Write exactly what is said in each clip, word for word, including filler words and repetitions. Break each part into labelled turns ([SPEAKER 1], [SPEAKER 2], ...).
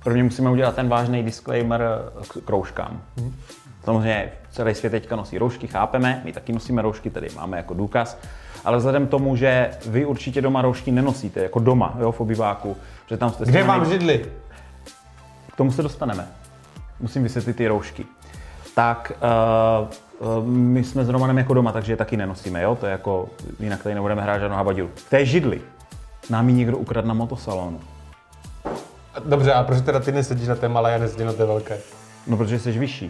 [SPEAKER 1] Prvně musíme udělat ten vážný disclaimer k rouškám. Hmm. Samozřejmě celý svět teďka nosí roušky, chápeme, my taky nosíme roušky, tady máme jako důkaz. Ale vzhledem k tomu, že vy určitě doma roušky nenosíte, jako doma, jo, v obyváku, že tam jste...
[SPEAKER 2] Kde vám židli?
[SPEAKER 1] K tomu se dostaneme. Musím vysvětlit ty roušky. Tak uh, uh, my jsme s Romanem jako doma, takže je taky nenosíme, jo? To je jako, jinak tady nebudeme hrát žádnou habadilu. K té židli nám ji někdo ukradl na motosalonu.
[SPEAKER 2] Dobře, a proč teda ty nesedíš na té malé a nesedíš na té velké?
[SPEAKER 1] No, protože jsi vyšší.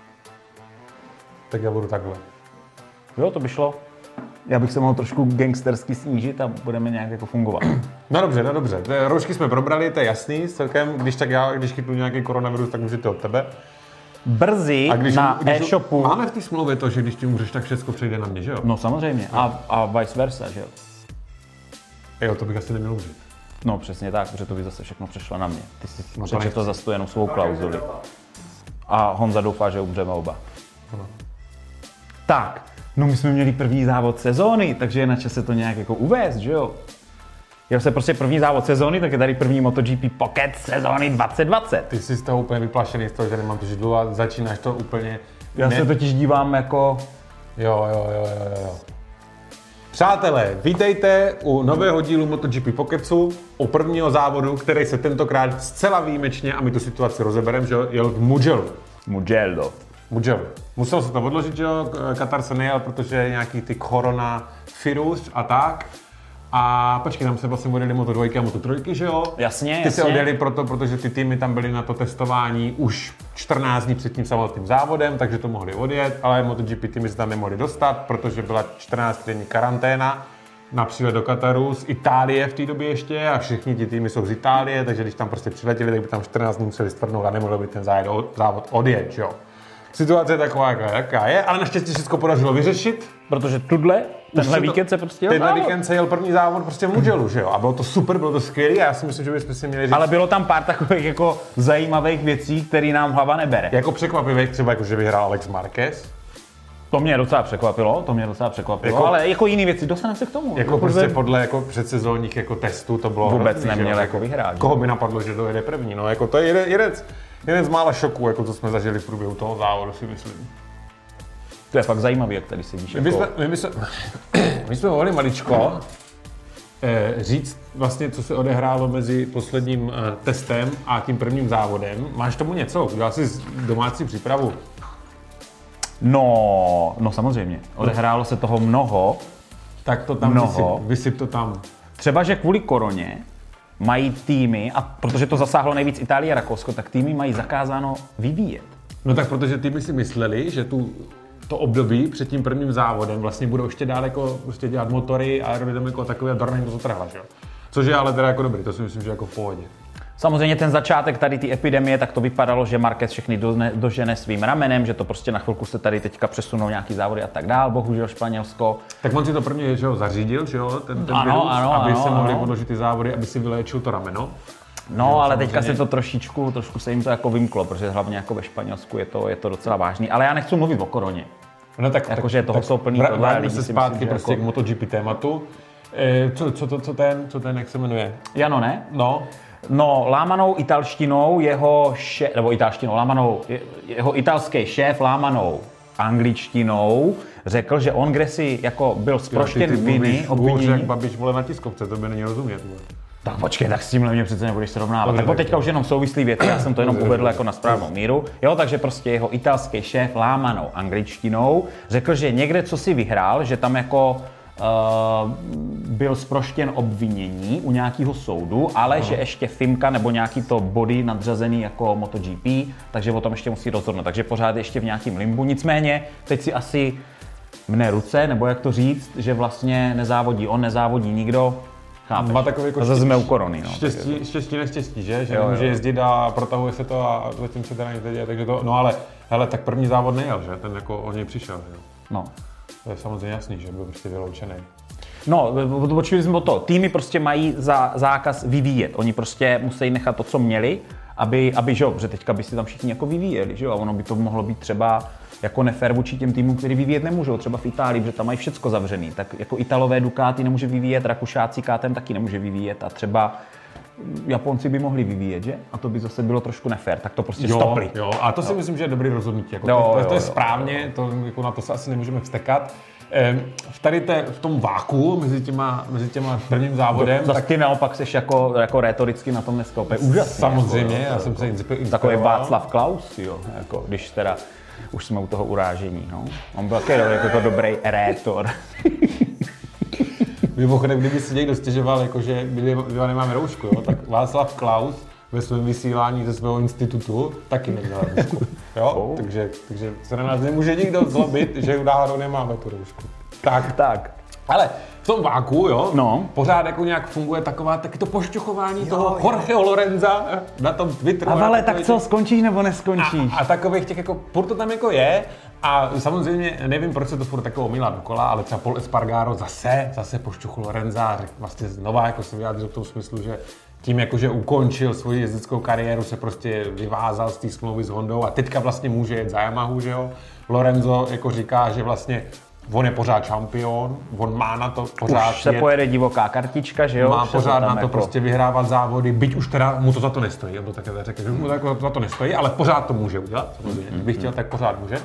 [SPEAKER 2] Tak já budu takhle.
[SPEAKER 1] Jo, to by šlo. Já bych se mohl trošku gangstersky snížit a budeme nějak jako fungovat.
[SPEAKER 2] No dobře, no dobře. Roušky jsme probrali, to je jasný. Celkem, když tak já, když chytnu nějaký koronavirus, tak můžete od tebe.
[SPEAKER 1] Brzy
[SPEAKER 2] když,
[SPEAKER 1] na
[SPEAKER 2] když,
[SPEAKER 1] e-shopu...
[SPEAKER 2] Máme v té smlouvě to, že když ty umřeš, tak všechno přejde na mě, že jo?
[SPEAKER 1] No samozřejmě. A, a vice versa, že jo?
[SPEAKER 2] Jo, to bych asi neměl umřít.
[SPEAKER 1] No přesně tak, protože to by zase všechno přešlo na mě. Ty si
[SPEAKER 2] no,
[SPEAKER 1] přečetl zase tu jenom svou klauzuli. A Honza doufá, že umřeme oba.
[SPEAKER 2] No.
[SPEAKER 1] Tak, no my jsme měli první závod sezóny, takže je na čase to nějak jako uvést, že jo? Je se prostě první závod sezóny, tak je tady první MotoGP Pocket sezóny dvacet dvacet.
[SPEAKER 2] Ty jsi z toho úplně vyplašený z toho, že nemám tu židlu a začínáš to úplně...
[SPEAKER 1] Já ne... se totiž dívám jako...
[SPEAKER 2] Jo, jo, jo, jo, jo. Přátelé, vítejte u nového dílu MotoGP Pocketsu, u prvního závodu, který se tentokrát zcela výjimečně, a my tu situaci rozebereme, že jel v Mugellu.
[SPEAKER 1] Mugello.
[SPEAKER 2] Mugello. Musel se to odložit, že jo, Katar se nejel, protože je nějaký ty koronavirus a tak. A počkej, tam se vlastně odjeli Moto dva a Moto tři, že jo?
[SPEAKER 1] Jasně,
[SPEAKER 2] Ty
[SPEAKER 1] jasně.
[SPEAKER 2] se odjeli proto, protože ty týmy tam byly na to testování už čtrnáct dní před tím samotným závodem, takže to mohli odjet, ale MotoGP týmy se tam nemohli dostat, protože byla čtrnáct denní karanténa na přílet do Kataru z Itálie v té době ještě a všichni ti týmy jsou z Itálie, takže když tam prostě přiletěli, tak by tam čtrnáct dní museli stvrdnout a nemohli by ten závod odjet, že jo? Situace je taková, jaká, jaká je, ale naštěstí všechno podařilo vyřešit.
[SPEAKER 1] Protože tudle, tenhle víkend se prostě jel
[SPEAKER 2] Tenhle
[SPEAKER 1] závod.
[SPEAKER 2] víkend se jel první závod prostě v Mugellu, že jo? A bylo to super, bylo to skvělé a já si myslím, že bychom si měli říct...
[SPEAKER 1] Ale bylo tam pár takových jako zajímavých věcí, které nám hlava nebere.
[SPEAKER 2] Jako překvapivých, třeba jako, že vyhrál Alex Marquez.
[SPEAKER 1] To mě docela překvapilo, to mě docela překvapilo,
[SPEAKER 2] jako,
[SPEAKER 1] ale jako jiný věci, dostaneme se k tomu.
[SPEAKER 2] Jako prostě podle jako předsezónních jako testů to bylo
[SPEAKER 1] vůbec
[SPEAKER 2] hrozný,
[SPEAKER 1] neměl
[SPEAKER 2] že?
[SPEAKER 1] jako vyhrát.
[SPEAKER 2] Koho by napadlo, že dojede první, no jako to je jeden, jeden, z, jeden z mála šoků, jako co jsme zažili v průběhu toho závodu, si myslím.
[SPEAKER 1] To je fakt zajímavý, jak tady sedíš.
[SPEAKER 2] My,
[SPEAKER 1] jako...
[SPEAKER 2] jsme, my, jsme, my jsme mohli maličko eh, říct vlastně, co se odehrálo mezi posledním eh, testem a tím prvním závodem. Máš tomu něco? Udělal jsi domácí přípravu?
[SPEAKER 1] No, no samozřejmě. Odehrálo se toho mnoho.
[SPEAKER 2] Tak to tam
[SPEAKER 1] mnoho.
[SPEAKER 2] Vysyp, vysyp to tam.
[SPEAKER 1] Třeba, že kvůli koroně mají týmy, a protože to zasáhlo nejvíc Itálie a Rakousko, tak týmy mají zakázáno vyvíjet.
[SPEAKER 2] No tak protože týmy si mysleli, že tu to období před tím prvním závodem vlastně budou ještě dál jako prostě dělat motory a aerodynamiku a takové a Dorna to zatrhla, že jo. Což je ale teda jako dobrý, to si myslím, že jako v pohodě.
[SPEAKER 1] Samozřejmě ten začátek tady ty epidemie, tak to vypadalo, že Marquez všechny dožene, dožene svým ramenem, že to prostě na chvilku se tady teďka přesunou nějaký závody a tak dál, bohužel Španělsko.
[SPEAKER 2] Tak on si to prvně, že ho zařídil, že jo, ten, ten
[SPEAKER 1] ano,
[SPEAKER 2] virus,
[SPEAKER 1] ano,
[SPEAKER 2] aby
[SPEAKER 1] ano,
[SPEAKER 2] se mohli
[SPEAKER 1] ano.
[SPEAKER 2] odložit ty závody, aby si vyléčil to rameno.
[SPEAKER 1] No,
[SPEAKER 2] jo,
[SPEAKER 1] ale
[SPEAKER 2] samozřejmě.
[SPEAKER 1] teďka se to trošičku, trošku se jim to jako vymklo, protože hlavně jako ve Španělsku je to, je to docela vážný, ale já nechci mluvit o koroně.
[SPEAKER 2] No tak,
[SPEAKER 1] jakože toho
[SPEAKER 2] tak
[SPEAKER 1] jsou plný
[SPEAKER 2] vr-
[SPEAKER 1] tohle,
[SPEAKER 2] vrátíme
[SPEAKER 1] lidi
[SPEAKER 2] se
[SPEAKER 1] si
[SPEAKER 2] zpátky
[SPEAKER 1] myslím, že
[SPEAKER 2] prostě
[SPEAKER 1] jako...
[SPEAKER 2] k MotoGP tématu. E, co, co, to, co, ten, co ten, jak se jmenuje?
[SPEAKER 1] Jano, ne?
[SPEAKER 2] No.
[SPEAKER 1] No, lámanou italštinou jeho šéf, nebo italštinou, lámanou, jeho italský šéf lámanou angličtinou řekl, že on kde si jako byl zproštěn viny, obvinění.
[SPEAKER 2] jak Babiš vole na tiskovce, to by není rozumět. Vole.
[SPEAKER 1] Tak počkej, tak s tímhle mě přece nebudeš srovnávat.
[SPEAKER 2] Dobře,
[SPEAKER 1] Tak
[SPEAKER 2] tak
[SPEAKER 1] teďka
[SPEAKER 2] to.
[SPEAKER 1] už jenom souvislý věci, já jsem to jenom
[SPEAKER 2] Dobře,
[SPEAKER 1] uvedl
[SPEAKER 2] dobře.
[SPEAKER 1] jako na správnou míru. Jo, takže prostě jeho italský šéf lámanou angličtinou řekl, že někde co si vyhrál, že tam jako uh, byl zproštěn obvinění u nějakého soudu, ale no. že ještě FIMka nebo nějaký to body nadřazený jako MotoGP, takže o tom ještě musí rozhodnout. Takže pořád ještě v nějakém limbu. Nicméně, teď si asi mne ruce, nebo jak to říct, že vlastně nezávodí on, nezávodí nikdo. Chápeš?
[SPEAKER 2] Má takový jako
[SPEAKER 1] a zase jsme u korony. No,
[SPEAKER 2] štěstí, štěstí, neštěstí, že? Že
[SPEAKER 1] jo,
[SPEAKER 2] nemůže
[SPEAKER 1] jo.
[SPEAKER 2] jezdit a protahuje se to a zatím se teda nic neděje, takže to, no ale, hele, tak první závod nejel, že? Ten jako o něj přišel, že jo?
[SPEAKER 1] No.
[SPEAKER 2] To je samozřejmě jasný, že byl prostě vyloučený.
[SPEAKER 1] No, počuli jsme o to. Týmy prostě mají za, zákaz vyvíjet. Oni prostě musí nechat to, co měli, aby, aby že jo, protože teďka by si tam všichni jako vyvíjeli, že jo? A ono by to mohlo být třeba jako nefér vůči těm týmům, který vyvíjet nemůžou, třeba v Itálii, protože tam mají všecko zavřený. Tak jako Italové Ducati nemůže vyvíjet, Rakušáci K T M taky nemůže vyvíjet a třeba Japonci by mohli vyvíjet, že? A to by zase bylo trošku nefér, tak to prostě
[SPEAKER 2] jo,
[SPEAKER 1] stopli.
[SPEAKER 2] Jo, a to si jo. myslím, že je dobrý rozhodnutí. Jako
[SPEAKER 1] jo,
[SPEAKER 2] to,
[SPEAKER 1] jo,
[SPEAKER 2] to je
[SPEAKER 1] jo,
[SPEAKER 2] správně, to, jako na to se asi nemůžeme vztekat. V, tady te, v tom váku mezi těma, mezi těma prvním závodem...
[SPEAKER 1] Zase tak ty naopak seš jako, jako rétoricky na tom dneska úplně úžasný.
[SPEAKER 2] Samozřejmě,
[SPEAKER 1] jako,
[SPEAKER 2] já jsem se inspiroval.
[SPEAKER 1] Takový Václav Klaus, jo, jako, když teda už jsme u toho urážení, no. On byl takový jako, jako dobrý rétor.
[SPEAKER 2] Mimochodem, kdyby si někdo stěžoval, jako, že my nemáme roušku, jo, tak Václav Klaus ve svém vysílání ze svého institutu taky neměl roušku. Jo? Oh. Takže, takže se na nás nemůže nikdo zlobit, že náhodou nemáme tu roušku. Tak,
[SPEAKER 1] tak.
[SPEAKER 2] Ale v tom váku, jo,
[SPEAKER 1] no.
[SPEAKER 2] pořád jako nějak funguje taková, taky to pošťuchování jo, toho Jorgeho Lorenza na tom Twitteru.
[SPEAKER 1] A ale tak co, těch... skončíš nebo neskončíš?
[SPEAKER 2] A, a takových těch jako, furt to tam jako je. A samozřejmě nevím, proč se to furt takovou omílá dokola, ale třeba Paul Espargaro zase, zase pošťuchl Lorenza a řekl vlastně znova jako se vyjádřil v tom smyslu, že tím jakože ukončil svoji jezdeckou kariéru, se prostě vyvázal z té smlouvy s Hondou a teďka vlastně může jet za Yamahu, že jo. Lorenzo jako říká, že vlastně on je pořád šampion, on má na to pořád
[SPEAKER 1] už se jet, pojede divoká kartička, že jo?
[SPEAKER 2] Má pořád na to
[SPEAKER 1] jako...
[SPEAKER 2] prostě vyhrávat závody, byť už teda mu to za to nestojí, on to takhle řekl, že mu to jako za to nestojí, ale pořád to může udělat, samozřejmě, kdybych chtěl, tak pořád může.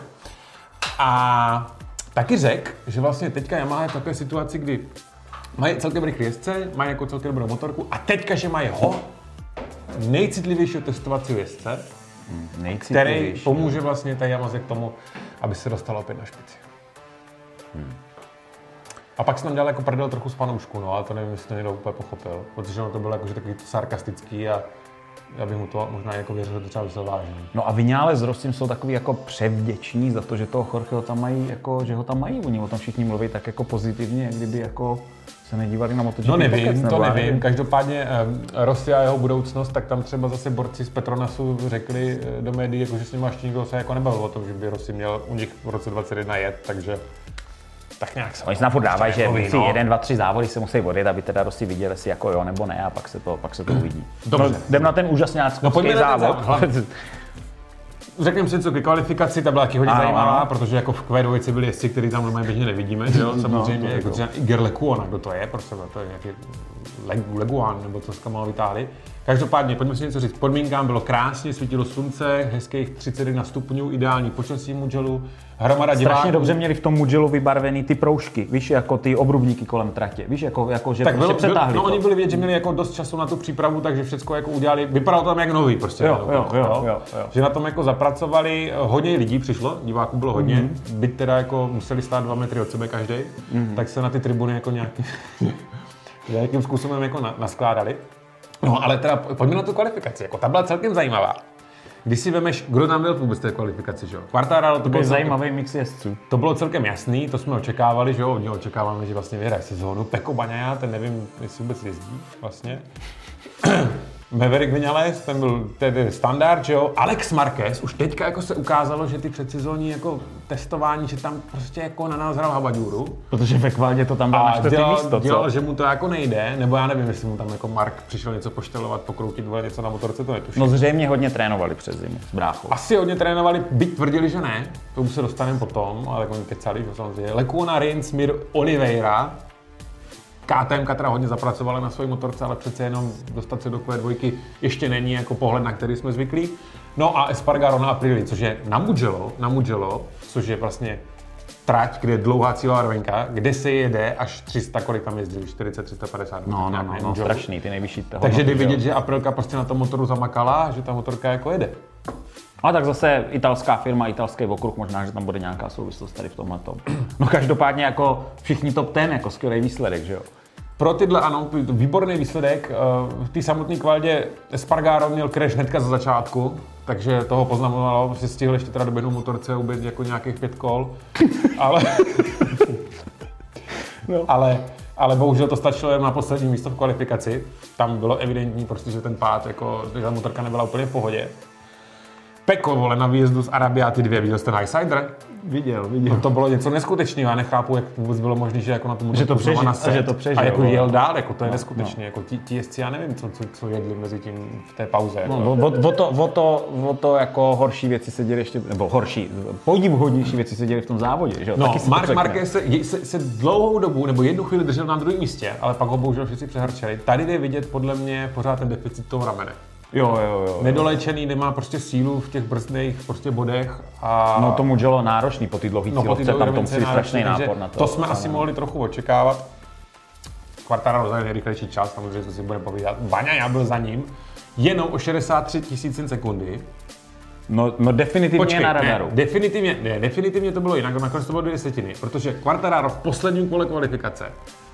[SPEAKER 2] A taky řekl, že vlastně teďka Yamaha je v takové situaci, kdy mají celkem rychlé jezdce, mají jako celkem dobrou motorku a teďka, že mají ho nejcitlivějšího testovacího jezdce, hmm, který pomůže vlastně té Yamaze k tomu, aby se dostalo opět na špici. Hmm. A pak jsem tam dělal jako prdel trochu z fanoušku, no, ale to nevím, jestli to někdo úplně pochopil, protože ono to bylo jako, že takový to sarkastický a já bych mu to možná jako věřil, že to třeba vysel vážně.
[SPEAKER 1] No a Viñales s Rossim jsou takový jako převděční za to, že toho Jorgeho tam mají, jako, že ho tam mají, oni o tom všichni mluví tak jako pozitivně, jak kdyby jako se nedívali na MotoGP.
[SPEAKER 2] No nevím, pokec, to nevím. nevím. Každopádně um, Rossi a jeho budoucnost, tak tam třeba zase borci z Petronasu řekli do médií, jako, že s nimi ještě nikdo se jako nebavil o tom, že by Rossi měl u nich v roce dvacet jedna jet, takže tak nějak se...
[SPEAKER 1] Oni se nám furt dávají, že musí no. jeden, dva, tři závody se musí odjet, aby teda Rossi viděl, jestli jako jo nebo ne, a pak se to, pak se to uvidí.
[SPEAKER 2] Dobře.
[SPEAKER 1] No, jdem na ten úžasňácký no, závod.
[SPEAKER 2] Řekněme si něco ke kvalifikaci, ta byla taky hodně ano, zajímavá, ano. Protože jako v Q dva byli jezdci, který tam normálně běžně nevidíme, že jo, samozřejmě, no, jako třeba Iger Lecuona, kdo to je, prostě to je nějaký Leguan, nebo co jsme malo vytáhli. Každopádně, pojďme si něco říct, podmínkám bylo krásně, svítilo slunce, hezkých třicet jedna stupňů, ideální počasí Mugellu, hromada diváků.
[SPEAKER 1] Strašně dobře měli v tom Mugellu vybarvený ty proužky, víš, jako ty obrubníky kolem tratě, víš, jako, jako že
[SPEAKER 2] tak
[SPEAKER 1] prostě
[SPEAKER 2] byl,
[SPEAKER 1] přetáhli
[SPEAKER 2] byl,
[SPEAKER 1] to.
[SPEAKER 2] No oni byli vědět, že měli jako dost času na tu přípravu, takže všechno jako udělali, vypadalo to tam jak nový prostě.
[SPEAKER 1] Jo, jo, jo, jo, jo, jo.
[SPEAKER 2] Že na tom jako zapracovali, hodně lidí přišlo, diváků bylo hodně, mm-hmm. byť teda jako museli stát dva metry od sebe každý, mm-hmm. tak se na ty tribuny jako nějaký, nějakým způsobem jako na, naskládali. No, ale teda pojďme na tu kvalifikaci, jako ta byla celkem zajímavá. Když si vemeš, kdo tam byl vůbec té kvalifikaci, že jo? Quartararo, to byl
[SPEAKER 1] zajímavý mix jezdců.
[SPEAKER 2] To bylo celkem jasný, to jsme očekávali, že jo? Od něho očekáváme, že vlastně vyhraje sezónu. Pecco Bagnaia, ten nevím, jestli vůbec jezdí vlastně. Maverick Viñales, ten byl tedy standard, že jo? Alex Marquez, už teďka jako se ukázalo, že ty předsezónní jako testování, že tam prostě jako na nás hrál habaďůru.
[SPEAKER 1] Protože ve kvaldě to tam dal na čtvrtý místo,
[SPEAKER 2] dělal, co? Že mu to jako nejde, nebo já nevím, jestli mu tam jako Mark přišel něco poštelovat, pokroutit, vole, něco na motorce, to netuším.
[SPEAKER 1] No zřejmě hodně trénovali přes zimu s bráchou.
[SPEAKER 2] Asi hodně trénovali, byť tvrdili, že ne, to už se dostaneme potom, ale oni kecali, že samozřejmě. Lecuona, Rins, Mir, Oliveira, K T M teda hodně zapracovala na své motorce, ale přece jenom dostat se do Q dva ještě není jako pohled, na který jsme zvyklí. No a Espargaro na Aprilia, což je na Mugello, na Mugello, což je vlastně trať, kde je dlouhá cílová rovinka, kde se jede až tři sta, kolik tam jezdili, čtyřicet, tři sta padesát.
[SPEAKER 1] No, no, no, no strašný, ty nejvyšší toho.
[SPEAKER 2] Takže jde vidět, že Aprilka prostě na tom motoru zamakala, že ta motorka jako jede.
[SPEAKER 1] A tak zase italská firma, italský okruh, možná, že tam bude nějaká souvislost tady v tomhletom. No každopádně jako všichni top ten, jako skvělý výsledek, že jo?
[SPEAKER 2] Pro tyhle ano, výborný výsledek. V té samotné kvaldě Espargaro měl crash hnedka za začátku, takže toho poznamenalo, že stihl ještě teda doběhnout motorce a ubět jako nějakých pět kol, ale, no. ale, ale bohužel to stačilo jen na poslední místo v kvalifikaci. Tam bylo evidentní, prostě, že ten pád, jako, že ta motorka nebyla úplně v pohodě. Pecco, vole, na výjezdu z Arabiaty dvě, viděl jste na Highsider?
[SPEAKER 1] Viděl, viděl.
[SPEAKER 2] No to bylo něco neskutečného, já nechápu, jak vůbec bylo možné, že jako na tom
[SPEAKER 1] že to přežil,
[SPEAKER 2] na set,
[SPEAKER 1] že to přežil.
[SPEAKER 2] A jako
[SPEAKER 1] no.
[SPEAKER 2] jel dál, jako to je
[SPEAKER 1] no,
[SPEAKER 2] neskutečné,
[SPEAKER 1] no.
[SPEAKER 2] jako ti, ti jezdci, já nevím, co, co, co jedli mezi tím v té pauze. Jako.
[SPEAKER 1] No, o, o, to, o, to, o to jako horší věci se děly ještě, nebo horší, podivuhodnější věci se děly v tom závodě, že jo?
[SPEAKER 2] No,
[SPEAKER 1] Taky
[SPEAKER 2] Marc Marquez se, se, se dlouhou dobu, nebo jednu chvíli držel na druhém místě, ale pak ho bohužel všichni přehrčeli. Tady jde vidět podle mě pořád ten deficit toho ramene.
[SPEAKER 1] Jo, jo, jo.
[SPEAKER 2] Nedolečený, nemá prostě sílu v těch brzdných prostě bodech a...
[SPEAKER 1] No to Mugello náročný po ty dlouhý
[SPEAKER 2] no,
[SPEAKER 1] cílovce, tam to musí strašný nápor na to.
[SPEAKER 2] To jsme asi mohli trochu očekávat. Quartararo za nejrychlejší čas, samozřejmě to si budeme povídat. Bagnaia byl za ním jenom o šedesát tři tisícin sekundy.
[SPEAKER 1] No, no definitivně
[SPEAKER 2] Počkej,
[SPEAKER 1] na radaru.
[SPEAKER 2] Ne, definitivně, ne, definitivně to bylo jinak, nakonec to bylo dvě desetiny, protože Quartararo v posledním kole kvalifikace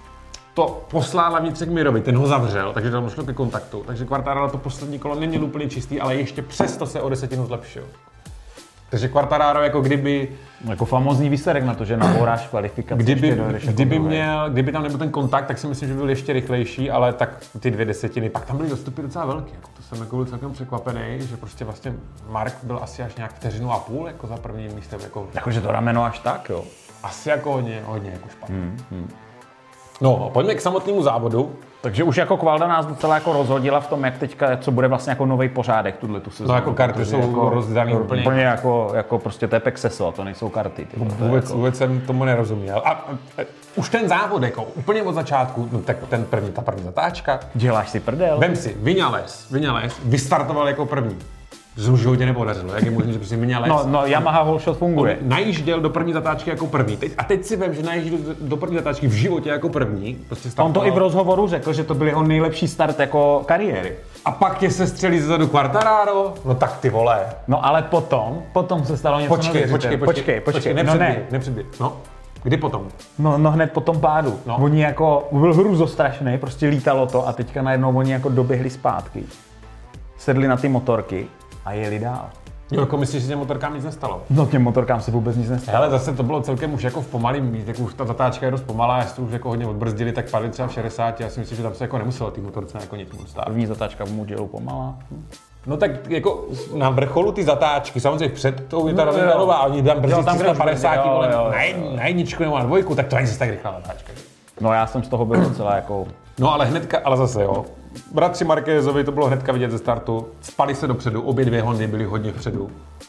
[SPEAKER 2] to poslal vnitřek Mirovi, ten ho zavřel, takže tam došlo ke kontaktu. Takže Quartararo to poslední kolo neměl úplně čistý, ale ještě přesto se o desetinu zlepšil. Takže Quartararo jako kdyby...
[SPEAKER 1] Jako famózní výsledek na to, že nabouráš kvalifikaci.
[SPEAKER 2] Kdyby, kdyby, měl, kdyby tam nebyl ten kontakt, tak si myslím, že by byl ještě rychlejší, ale tak ty dvě desetiny, pak tam byly dostupy docela velký. Jako to jsem jako byl celkem překvapený, že prostě vlastně Mark byl asi až nějak vteřinu a půl jako za prvním místem. Jako,
[SPEAKER 1] Jakože to rameno až tak, jo?
[SPEAKER 2] Asi jako hodně, hodně jako špatně.
[SPEAKER 1] Hmm, hmm.
[SPEAKER 2] No, pojďme k samotnému závodu.
[SPEAKER 1] Takže už jako Kvalda nás docela jako rozhodila v tom, jak teďka, co bude vlastně jako nový pořádek tuhle tu sezónu.
[SPEAKER 2] No jako karty jsou jako rozdaný úplně.
[SPEAKER 1] Úplně jako, jako prostě to je Pexeso, to nejsou karty. Ty,
[SPEAKER 2] vůbec,
[SPEAKER 1] to jako...
[SPEAKER 2] vůbec jsem tomu nerozuměl. A, a, a už ten závod, jako úplně od začátku, no tak ten první, ta první zatáčka.
[SPEAKER 1] Děláš si prdel?
[SPEAKER 2] Vem si, Viñales, Viñales vystartoval jako první. Z životě nepodařilo, jak je možné, že prostě Viñales...
[SPEAKER 1] No, no Yamaha Wholeshot funguje.
[SPEAKER 2] Najížděl do první zatáčky jako první. Teď, a teď si vem, že najíždí do, do první zatáčky v životě jako první. Prostě
[SPEAKER 1] on to i v rozhovoru řekl, že to byl jeho nejlepší start jako kariéry.
[SPEAKER 2] A pak tě se střelí zezadu Quartararo? No tak ty vole.
[SPEAKER 1] No ale potom, potom se stalo něco
[SPEAKER 2] Počkej, počkej, počkej, počkej, počkej,
[SPEAKER 1] no ne.
[SPEAKER 2] nepředběj. No, kdy potom?
[SPEAKER 1] No, no hned po tom pádu.
[SPEAKER 2] No.
[SPEAKER 1] Oni jako, byl hruzostrašný, prostě lítalo to a teďka najednou oni jako doběhli zpátky. Sedli na ty motorky a jeli dál.
[SPEAKER 2] Jo, jako myslíš, že těm motorkám nic nestalo?
[SPEAKER 1] No těm motorkám se vůbec nic nestalo.
[SPEAKER 2] Hele, zase to bylo celkem už jako v pomalým mít, jako už ta zatáčka je dost pomalá, jestli to už jako hodně odbrzdili, tak padli třeba v šedesáti, já si myslím, že tam se jako nemuselo ty motorce jako nic moc stát.
[SPEAKER 1] První zatáčka v Mugellu pomalá.
[SPEAKER 2] No tak jako na vrcholu ty zatáčky, samozřejmě před tou je ta no, rovindalová, a oni tam brzdí tři sta padesát vole, na, na jedničku nebo na dvojku, tak to není zase tak rychlá zatáčka.
[SPEAKER 1] No já jsem z toho byl docela jako...
[SPEAKER 2] No ale hnedka, ale zase jo. Bratři Marquezovi to bylo hnedka vidět ze startu, spali se dopředu, obě dvě Hondy byly hodně vpředu.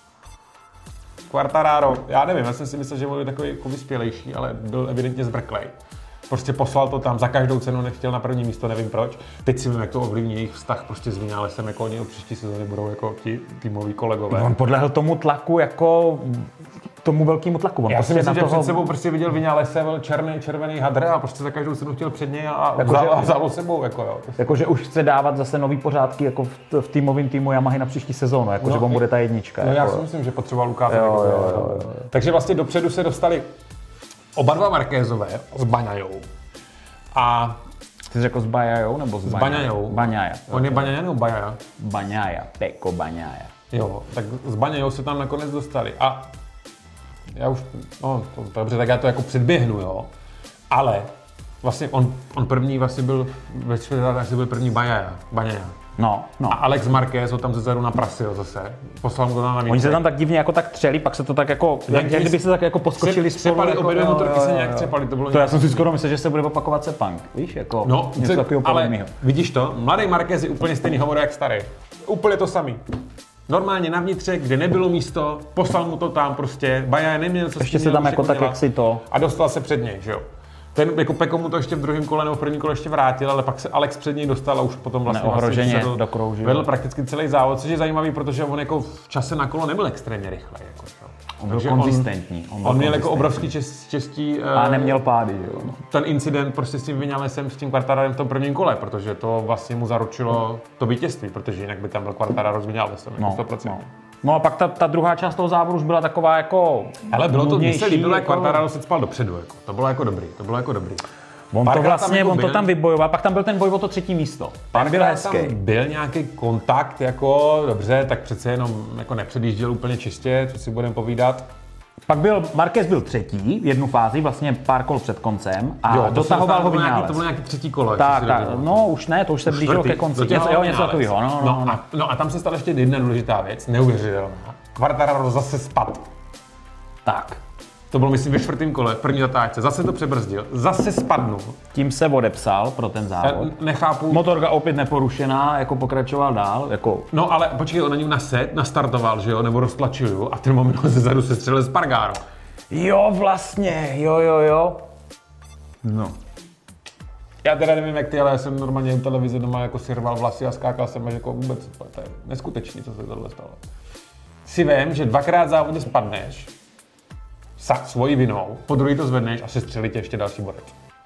[SPEAKER 2] Quartararo, já nevím, já jsem si myslel, že byl takový jako vyspělejší, ale byl evidentně zbrklej. Prostě poslal to tam, za každou cenu nechtěl na první místo, nevím proč. Teď si vím, jak to ovlivní jejich vztah prostě s Viñalesem, jako oni od příští sezóny budou jako ti týmoví kolegové.
[SPEAKER 1] On podlehl tomu tlaku jako tomu velkému tlaku. On
[SPEAKER 2] Já
[SPEAKER 1] prostě
[SPEAKER 2] si myslím, že
[SPEAKER 1] toho...
[SPEAKER 2] před sebou prostě viděl Viñalese, byl černý, červený hadr a prostě za každou cenu chtěl před něj a
[SPEAKER 1] jako
[SPEAKER 2] vzal,
[SPEAKER 1] že...
[SPEAKER 2] vzal sebou. Jako, jo.
[SPEAKER 1] Jako, že už chce dávat zase nový pořádky jako v, v týmovém týmu Yamahy na příští sezónu, jako, no, že on bude ta jednička.
[SPEAKER 2] No
[SPEAKER 1] jako,
[SPEAKER 2] já si myslím, že potřeboval ukázat.
[SPEAKER 1] Jo,
[SPEAKER 2] jako,
[SPEAKER 1] jo, jo, jo, jo.
[SPEAKER 2] Takže vlastně dopředu se dostali oba dva Marquezové s Bagnaou. A
[SPEAKER 1] ty jsi řekl s Bagnaou nebo s
[SPEAKER 2] Bagnaou?
[SPEAKER 1] Bagnaia.
[SPEAKER 2] On je Bagnaia nebo Bagnaia?
[SPEAKER 1] Bagnaia, Pecco Bagnaia.
[SPEAKER 2] Jo, tak s Bagnaou se tam nakonec dostali. A já už, no to, dobře, tak já to jako předběhnu, jo. Ale vlastně on, on první vlastně byl, ve čtvrtém byl první Bagnaia. Bagnaia.
[SPEAKER 1] No, no.
[SPEAKER 2] A Alex Marquez ho tam zezadu naprasil zase. Poslal mu to na
[SPEAKER 1] Oni se tam tak divně jako tak třeli, pak se to tak jako, jak, jak kdyby se tak jako poskočili spolu.
[SPEAKER 2] Třepali,
[SPEAKER 1] jako,
[SPEAKER 2] obě dvě motorky
[SPEAKER 1] jo,
[SPEAKER 2] se
[SPEAKER 1] jo,
[SPEAKER 2] nějak
[SPEAKER 1] jo.
[SPEAKER 2] třepali, to bylo
[SPEAKER 1] To já jsem si skoro myslel, že se bude opakovat Sepang, víš, jako
[SPEAKER 2] no,
[SPEAKER 1] něco takového
[SPEAKER 2] ale
[SPEAKER 1] podobného.
[SPEAKER 2] Vidíš to, mladý Marquez je úplně stejný hovor jak starý. Úplně to samý. Normálně na vnitřek, kde nebylo místo, poslal mu to tam prostě, Bagnaia neměl co
[SPEAKER 1] ještě se tam jako tak, jak si to.
[SPEAKER 2] A dostal se před něj, že jo. Ten jako Pecco mu to ještě v druhém kole nebo v prvním kole ještě vrátil, ale pak se Alex před něj dostal a už potom vlastně
[SPEAKER 1] neohroženě
[SPEAKER 2] vlastně
[SPEAKER 1] dokroužil.
[SPEAKER 2] Vedl prakticky celý závod, což je zajímavý, protože on jako v čase na kolo nebyl extrémně rychlej. Jako,
[SPEAKER 1] on byl konzistentní.
[SPEAKER 2] On, on, on měl jako obrovský čest, štěstí.
[SPEAKER 1] A neměl pády, že jo.
[SPEAKER 2] Ten incident prostě s tím Viñalesem, s tím Quartararem v tom prvním kole, protože to vlastně mu zaručilo to vítězství, protože jinak by tam byl Quartararo s Viñalesem,
[SPEAKER 1] no,
[SPEAKER 2] sto procent.
[SPEAKER 1] No. No a pak ta, ta druhá část toho závodu už byla taková jako...
[SPEAKER 2] Ale bylo to, mně se líbilo, jak
[SPEAKER 1] jako...
[SPEAKER 2] Quartararo se cpal dopředu, jako. To bylo jako dobrý, to bylo jako dobrý.
[SPEAKER 1] On to vlastně, jako on byl, to tam vybojoval, pak tam byl ten boj o to třetí místo. Tam byl hezký.
[SPEAKER 2] Tam byl nějaký kontakt, jako dobře, tak přece jenom jako nepředjížděl úplně čistě, co si budeme povídat.
[SPEAKER 1] Pak byl, Marquez byl třetí, jednu fázi, vlastně pár kol před koncem a jo, dotahoval ho Viñales.
[SPEAKER 2] To bylo nějaký třetí kolo.
[SPEAKER 1] Tak, tak, no už ne, to už se blížilo ke konci. Něco, jo, něco takového. No, no,
[SPEAKER 2] no, no. A, no a tam se stala ještě jedna důležitá věc, neuvěřitelná. Quartararo zase spadl.
[SPEAKER 1] Tak.
[SPEAKER 2] To bylo, myslím, ve čtvrtém kole, v první zatáčce. Zase to přebrzdil, zase spadnul.
[SPEAKER 1] Tím se odepsal pro ten závod.
[SPEAKER 2] Já nechápu.
[SPEAKER 1] Motorka opět neporušená, jako pokračoval dál, jako...
[SPEAKER 2] No ale počkej, on na něm naset, nastartoval, že jo, nebo roztlačil, jo, a ten moment ze zadu se střelil Spargaro.
[SPEAKER 1] Jo, vlastně, jo, jo, jo. No.
[SPEAKER 2] Já teda nevím, jak ty, ale já jsem normálně v televizi doma jako si rval vlasy a skákal jsem, že jako vůbec, to je neskutečný, co se tohle stalo. Si vím, že dvakrát v závodě spadneš, sa, svojí vinou, po druhý to zvedneš a se střelí tě ještě další borec.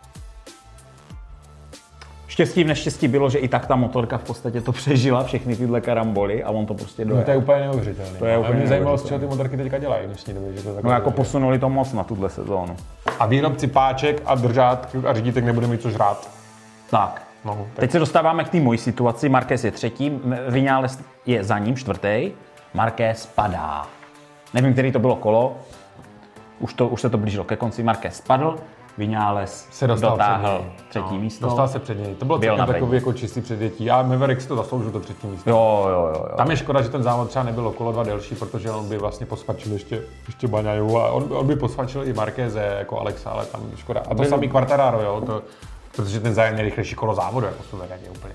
[SPEAKER 1] Štěstí v neštěstí bylo, že i tak ta motorka v podstatě to přežila, všechny tyhle karamboly a on to prostě dojel.
[SPEAKER 2] No, to je úplně neuvěřitelné.
[SPEAKER 1] To je úplně
[SPEAKER 2] mě zajímalo, z čeho ty motorky teďka dělají v dnešní době. Že to
[SPEAKER 1] no jako posunuli to moc na tuhle sezónu.
[SPEAKER 2] A výrobci páček a držátek a řídítek nebude mít co žrát.
[SPEAKER 1] Tak.
[SPEAKER 2] No, tak.
[SPEAKER 1] Teď se dostáváme k té mojí situaci. Marquez je třetí, Viñales je za ním čtvrtý. Marquez padá. Nevím, který to bylo kolo. Už, to, už se to blížilo ke konci. Marquez spadl, Viñales se dotáhl třetí no, místo.
[SPEAKER 2] Dostal se před něj. To bylo celkem takový jako čistý předjetí. A Maverick si to zasloužil to třetí místo.
[SPEAKER 1] Jo, jo, jo, jo.
[SPEAKER 2] Tam je škoda, že ten závod třeba nebyl okolo dva delší, protože on by vlastně posvačil ještě, ještě Baňaju a on, on by posvačil i Marqueze jako Alexa, ale tam je škoda. A to samý Quartararo, jo, to, protože ten zájem nejrychlejší kolo závodu, jako suverénně úplně.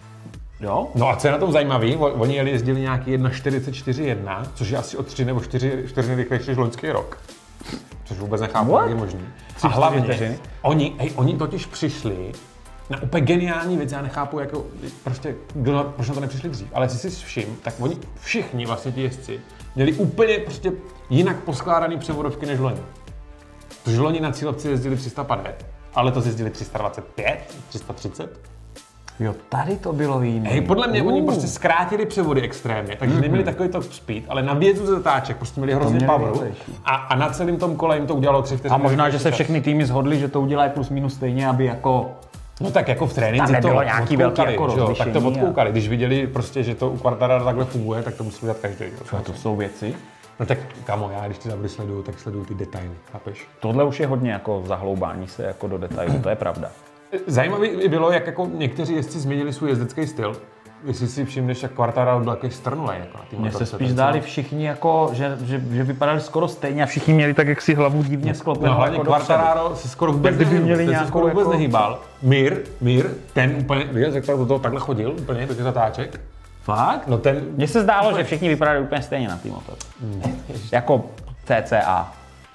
[SPEAKER 1] Jo?
[SPEAKER 2] No a co je na tom zajímavý, oni jeli, jezdili nějaký jedna čtyřicet čtyři jedna, což je asi o tři nebo čtyři rychlejší než loňský rok. Což vůbec nechápu, jak je možný. A hlavně, oni, hej, oni totiž přišli na úplně geniální věc, já nechápu, jako, prostě, kdo, proč na to nepřišli dřív, ale jestli si všim, tak oni všichni vlastně ti jezdci měli úplně prostě jinak poskládaný převodovky než loni. Protože loni na cílovci jezdili tři sta padesát, ale to jezdili tři sta dvacet pět, tři sta třicet.
[SPEAKER 1] Jo, tady to bylo jiné.
[SPEAKER 2] Hej, podle mě
[SPEAKER 1] uh.
[SPEAKER 2] oni prostě zkrátili převody extrémně, takže mm-hmm. neměli takový top speed, ale na vězu ze zatáček prostě měli hrozně poweru a, a na celém tom kole jim to udělalo tři vteřiny.
[SPEAKER 1] A možná, že se všechny týmy shodly, že to udělají plus minus stejně, aby jako...
[SPEAKER 2] No tak jako v tréninci to
[SPEAKER 1] nějaký velký jako
[SPEAKER 2] jo, tak to odkoukali. Když viděli prostě, že to u Quartarara takhle funguje, tak to musí udělat každý. Jo.
[SPEAKER 1] A to jsou věci?
[SPEAKER 2] No tak kamo, já když ty závody sleduju, tak sleduju ty detaily, chápeš?
[SPEAKER 1] Tohle už je hodně jako zahloubání se jako do detailů, to je pravda.
[SPEAKER 2] Zajímavé bylo, jak jako někteří jezdci změnili svůj jezdecký styl. Jestli si všimneš, jak Quartararo byl takový strnulej. Jako
[SPEAKER 1] mně se spíš zdáli všichni, jako, že, že, že vypadali skoro stejně a všichni měli tak, jak si hlavu divně sklopenou.
[SPEAKER 2] No hlavně jako Quartararo se skoro vůbec,
[SPEAKER 1] kdyby měli
[SPEAKER 2] nějakou, skoro vůbec
[SPEAKER 1] jako...
[SPEAKER 2] nehýbal. Mír, Mír, ten úplně, víš, jak do toho takhle chodil, úplně do těch zatáček.
[SPEAKER 1] Fakt?
[SPEAKER 2] No ten...
[SPEAKER 1] Mně se zdálo, úplně... že všichni vypadali úplně stejně na té motorce. Ne, jako cca.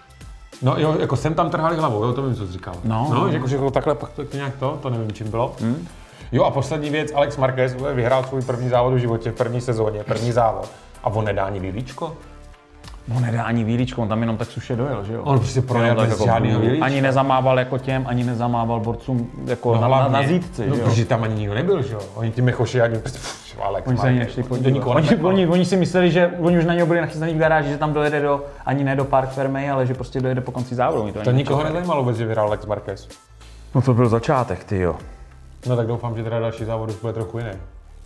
[SPEAKER 2] No jo, jako jsem tam trhali hlavou, jo, to vím, co jsi říkal.
[SPEAKER 1] No,
[SPEAKER 2] no,
[SPEAKER 1] no.
[SPEAKER 2] Že jako, že jako takhle, pak to, to nějak to, to nevím, čím bylo. Hmm. Jo a poslední věc, Alex Marquez vyhrál svůj první závod v životě, v první sezóně, první závod. A on nedá ani výlíčko?
[SPEAKER 1] On nedá ani výlíčko, on tam jenom tak suše dojel, že jo?
[SPEAKER 2] On prostě projel bez jako žádného výlíčka.
[SPEAKER 1] Ani nezamával jako těm, ani nezamával borcům jako no, na, hlavně, na zítci,
[SPEAKER 2] no,
[SPEAKER 1] že jo?
[SPEAKER 2] Protože tam ani nikdo nebyl, že jo? Oni ti mechoši, ani prostě, pff, Alex
[SPEAKER 1] oni
[SPEAKER 2] Marquez.
[SPEAKER 1] Oni, oni, oni, oni si mysleli, že oni už na něho byli nachystaní v garáži, že tam dojede do, ani ne do Park Fermé, ale že prostě dojede po konci závodu.
[SPEAKER 2] To, to nikoho nezajímalo vůbec, že vyhrál Alex Marquez.
[SPEAKER 1] No to byl začátek, ty jo.
[SPEAKER 2] No tak doufám, že teda další závod už bude trochu jiný.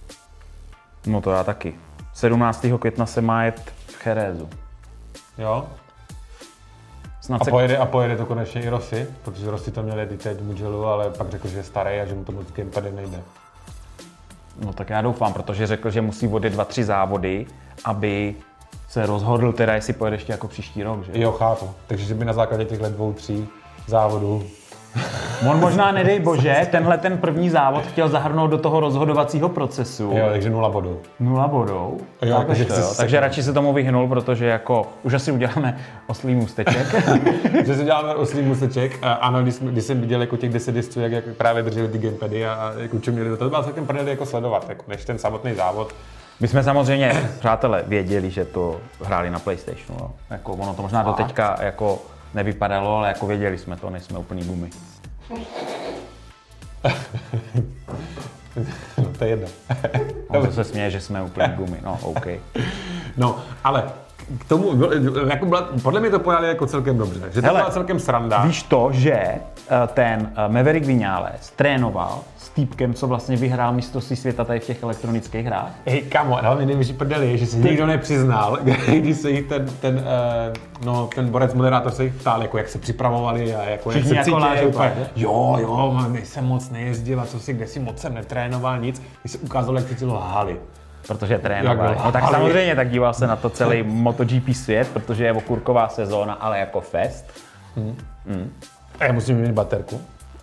[SPEAKER 1] No to já taky. sedmnáctého května se má jet v Cherezu.
[SPEAKER 2] Jo?
[SPEAKER 1] Snad
[SPEAKER 2] a,
[SPEAKER 1] se...
[SPEAKER 2] pojede, a pojede to konečně i Rossi, protože Rossi to měl jet i teď Mugello, ale pak řekl, že je starý a že mu to moc gamepady nejde.
[SPEAKER 1] No tak já doufám, protože řekl, že musí vodit dva, tři závody, aby se rozhodl teda, jestli pojede ještě jako příští rok, že?
[SPEAKER 2] Jo, chápu. Takže by na základě těchto dvou, tří závodů
[SPEAKER 1] on možná, nedej bože, tenhle ten první závod chtěl zahrnout do toho rozhodovacího procesu.
[SPEAKER 2] Jo, takže nula bodů.
[SPEAKER 1] Nula bodů.
[SPEAKER 2] Jo,
[SPEAKER 1] tak
[SPEAKER 2] takže,
[SPEAKER 1] to, jo. takže radši se tomu vyhnul, protože jako už asi uděláme oslý můsteček.
[SPEAKER 2] že si uděláme oslý můsteček. Ano, když, když jsem viděl jako těch deset jezdců, jak, jak právě drželi ty gamepady a, a jako čuměli, to bylo celkem prdeli jako sledovat, jako než ten samotný závod.
[SPEAKER 1] My jsme samozřejmě, přátelé, věděli, že to hráli na PlayStationu. Jo. Jako ono to možná do teďka jako nevypadalo, ale jako věděli jsme to, nejsme úplný gumy.
[SPEAKER 2] No, to je jedno.
[SPEAKER 1] On to se směje, že jsme úplný gumy, no OK.
[SPEAKER 2] No, ale k tomu, jako byla, podle mě to pojali jako celkem dobře, že to
[SPEAKER 1] Hele,
[SPEAKER 2] byla celkem sranda.
[SPEAKER 1] Víš to, že ten Maverick Viñales trénoval s týpkem, co vlastně vyhrál mistrovství světa tady v těch elektronických hrách?
[SPEAKER 2] Hej, kamo, ale největší prdeli je, že si nikdo nepřiznal, když se jich ten, ten, no, ten borec moderátor se jich ptal, jako jak se připravovali a jako jak se
[SPEAKER 1] jako
[SPEAKER 2] cítili. Jo, jo, man, jsem moc nejezdil a co si, kde si moc jsem netrénoval nic, když se ukázalo, jak ty lhali.
[SPEAKER 1] protože trénoval. No tak
[SPEAKER 2] ale...
[SPEAKER 1] samozřejmě, tak díval se na to celý MotoGP svět, protože je okurková sezóna, ale jako fest.
[SPEAKER 2] Hmm. Hmm. A já musím mít baterku.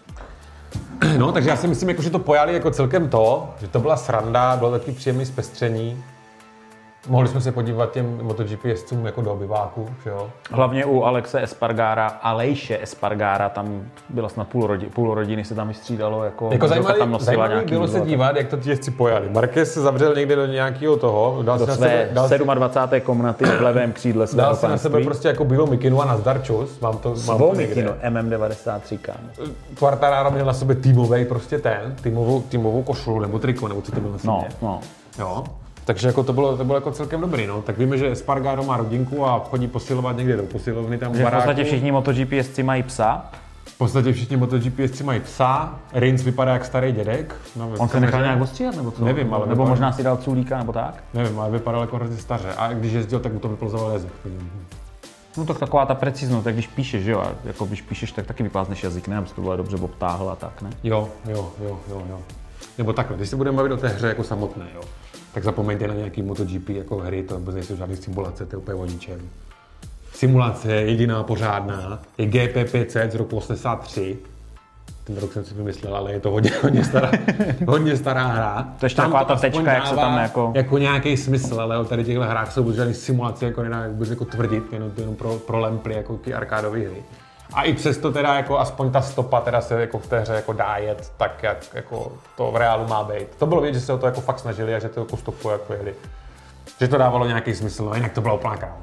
[SPEAKER 2] No, takže já si myslím, jako, že to pojali jako celkem to, že to byla sranda, bylo taky příjemný zpestření. Mohli jsme se podívat těm MotoGP jezdcům jako do obyváku, že jo?
[SPEAKER 1] Hlavně u Alexe Espargara, Alejše Espargara, tam byla snad půl, rodi, půl rodiny se tam vystřídalo, jako,
[SPEAKER 2] jako zajímavý,
[SPEAKER 1] tam nosila
[SPEAKER 2] zajímavý
[SPEAKER 1] nějaký
[SPEAKER 2] bylo se dívat, jak to ti jezdci pojali. Marquez se zavřel někde do nějakého toho, dal
[SPEAKER 1] do
[SPEAKER 2] si
[SPEAKER 1] své
[SPEAKER 2] na sebe, dal
[SPEAKER 1] sedmadvacáté komnaty v levém křídle svého
[SPEAKER 2] dal si na sebe prostě jako bílou mikinu a nazdar čus, mám to, mám to
[SPEAKER 1] mikinu, M M devadesát tři, kámo.
[SPEAKER 2] Quartararo měl na sobě týmový prostě ten, týmovou, týmovou košulu nebo triko, nebo co to bylo na
[SPEAKER 1] No, no.
[SPEAKER 2] Jo. Takže jako to bylo, to bylo jako celkem dobrý, no. Tak víme, že Espargaro má rodinku a chodí posilovat někde do posilovny tam v baráku.
[SPEAKER 1] V podstatě všichni MotoGP jezdci mají psa.
[SPEAKER 2] V podstatě všichni MotoGP jezdci mají psa. Rins vypadá jak starý dědek.
[SPEAKER 1] No, on se nechal nějak ostříhat, nebo co?
[SPEAKER 2] Nevím, ale
[SPEAKER 1] nebo
[SPEAKER 2] vypadal...
[SPEAKER 1] možná si dal culíka, nebo tak?
[SPEAKER 2] Nevím, ale vypadal jako hrozně staře. A když jezdil, tak mu to vyplzoval jazyk.
[SPEAKER 1] No tak taková ta preciznost, tak když píšeš, jo, a jako když píšeš, tak taky vyplázneš jazyk, ne? Aby to bylo dobře obtáhl a tak, ne?
[SPEAKER 2] Jo, jo, jo, jo, jo. Nebo takhle, když se budeme bavit o té hře jako samotné, jo. Tak zapomeňte na nějaký MotoGP jako hry, to vůbec nejsou žádný simulace, to je úplně o ničem. Simulace jediná pořádná je G P pět set z roku osmdesát tři. Ten rok jsem si vymyslel, ale je to hodně, hodně, stará, hodně stará hra.
[SPEAKER 1] To ještě taková ta tečka, jak se tam jako...
[SPEAKER 2] jako nějaký smysl, ale tady těchto hrách jsou žádný simulace, jako nedá vůbec jako tvrdit, jenom, jenom pro, pro lemply, jako ty arkádové hry. A i přesto teda jako aspoň ta stopa teda se jako v té hře jako dá jet tak, jak jako to v reálu má být. To bylo vidět, že se o to jako fakt snažili a že to jako stopu jako jeli. Že to dávalo nějaký smysl, no jinak to byla úplná kráva.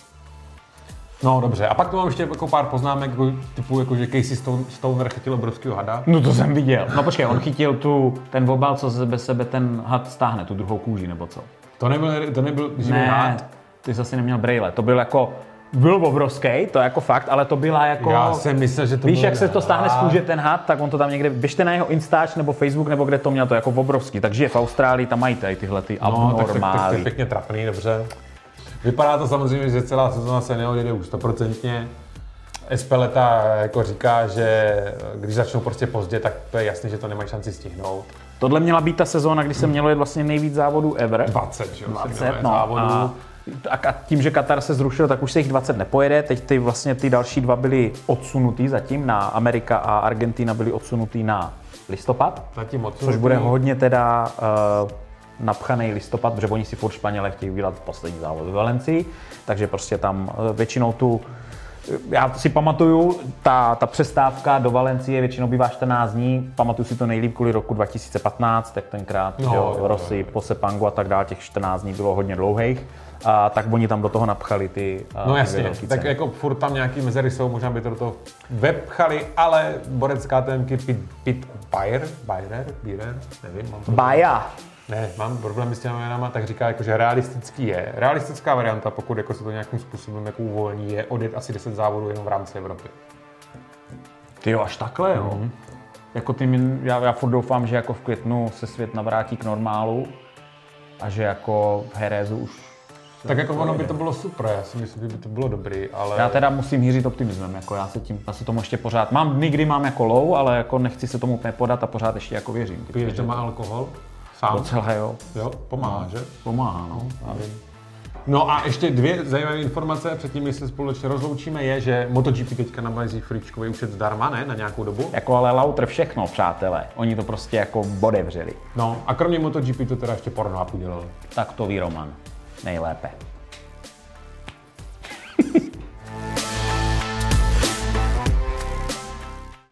[SPEAKER 2] No dobře, a pak tu mám ještě jako pár poznámek, jako, typu jako, že Casey Stoner chytil obrovského hada.
[SPEAKER 1] No to jsem viděl. No počkej, on chytil tu, ten obal, co ze sebe ten had stáhne, tu druhou kůži, nebo co?
[SPEAKER 2] To nebyl, to nebyl živý
[SPEAKER 1] ne,
[SPEAKER 2] had.
[SPEAKER 1] Ty jsi asi neměl brejle, to byl jako... Byl obrovský, to je jako fakt, ale to byla jako...
[SPEAKER 2] Já jsem myslel, že to
[SPEAKER 1] víš, jak
[SPEAKER 2] byl
[SPEAKER 1] se to stáhne z
[SPEAKER 2] had.
[SPEAKER 1] kůže ten had, tak on to tam někde... Běžte na jeho Instač nebo Facebook, nebo kde to měl, to jako obrovský. Takže je v Austrálii, tam mají tady tyhle ty
[SPEAKER 2] no, tak, tak, tak, to je
[SPEAKER 1] abnormály.
[SPEAKER 2] pěkně trapný, dobře. Vypadá to samozřejmě, že celá sezóna se neodjede už stoprocentně. Espeleta jako říká, že když začnou prostě pozdě, tak to je jasné, že to nemají šanci stihnout.
[SPEAKER 1] Tohle měla být ta sezóna, kdy se mělo jet vlastně nejvíc závodů ever.
[SPEAKER 2] dvacet, že jo?
[SPEAKER 1] dvacet, no.
[SPEAKER 2] závodů.
[SPEAKER 1] A, a tím, že Katar se zrušil, tak už se jich dvacet nepojede. Teď ty vlastně ty další dva byly odsunutý zatím, na Amerika a Argentina byly odsunutý na listopad.
[SPEAKER 2] Zatím odsunutý.
[SPEAKER 1] Což bude hodně teda uh, napchaný listopad, protože oni si furt Španělé chtějí udělat poslední závod v Valencii, takže prostě tam uh, většinou tu já si pamatuju, ta, ta přestávka do Valencie většinou bývá čtrnáct dní, pamatuju si to nejlíp kvůli roku dva tisíce patnáct, tak tenkrát
[SPEAKER 2] no,
[SPEAKER 1] jo,
[SPEAKER 2] jo,
[SPEAKER 1] Rossi,
[SPEAKER 2] jo.
[SPEAKER 1] po Sepangu a tak dále, těch čtrnáct dní bylo hodně dlouhých, a tak oni tam do toho napchali ty
[SPEAKER 2] No jasně, tak jako furt tam nějaký mezery jsou, možná by to do toho webchali, ale borec K T M ky Pit, Pit Bayer, Bayer, Bayer, nevím, mám to.
[SPEAKER 1] Baja!
[SPEAKER 2] Ne, mám problémy s těmi jménama, tak říká, jako, že realistický je. Realistická varianta, pokud jako se to nějakým způsobem jako uvolní, je odjet asi deset závodů jenom v rámci Evropy.
[SPEAKER 1] Ty jo, až takhle, jo. Mm-hmm. Jako ty, já, já furt doufám, že jako v květnu se svět navrátí k normálu a že jako v Herezu už...
[SPEAKER 2] Tak jako ono by to bylo super, já si myslím, že by to bylo dobrý, ale...
[SPEAKER 1] Já teda musím hýřit optimismem, jako já se tím, já se tomu ještě pořád, mám dny, kdy mám jako low, ale jako nechci se tomu úplně podat a pořád ještě jako věřím.
[SPEAKER 2] Piješ doma alkohol? Sám?
[SPEAKER 1] Docela jo.
[SPEAKER 2] Jo, pomáhá,
[SPEAKER 1] no,
[SPEAKER 2] že?
[SPEAKER 1] Pomáhá, no.
[SPEAKER 2] No a ještě dvě zajímavé informace, předtím, než se společně rozloučíme, je, že MotoGP teďka nabízí frýčkový účet zdarma, ne? Na nějakou dobu.
[SPEAKER 1] Jako ale Lauter všechno, přátelé. Oni to prostě jako bodevřeli.
[SPEAKER 2] No a kromě MotoGP to teda ještě porno udělali.
[SPEAKER 1] Tak to ví Roman. Nejlépe.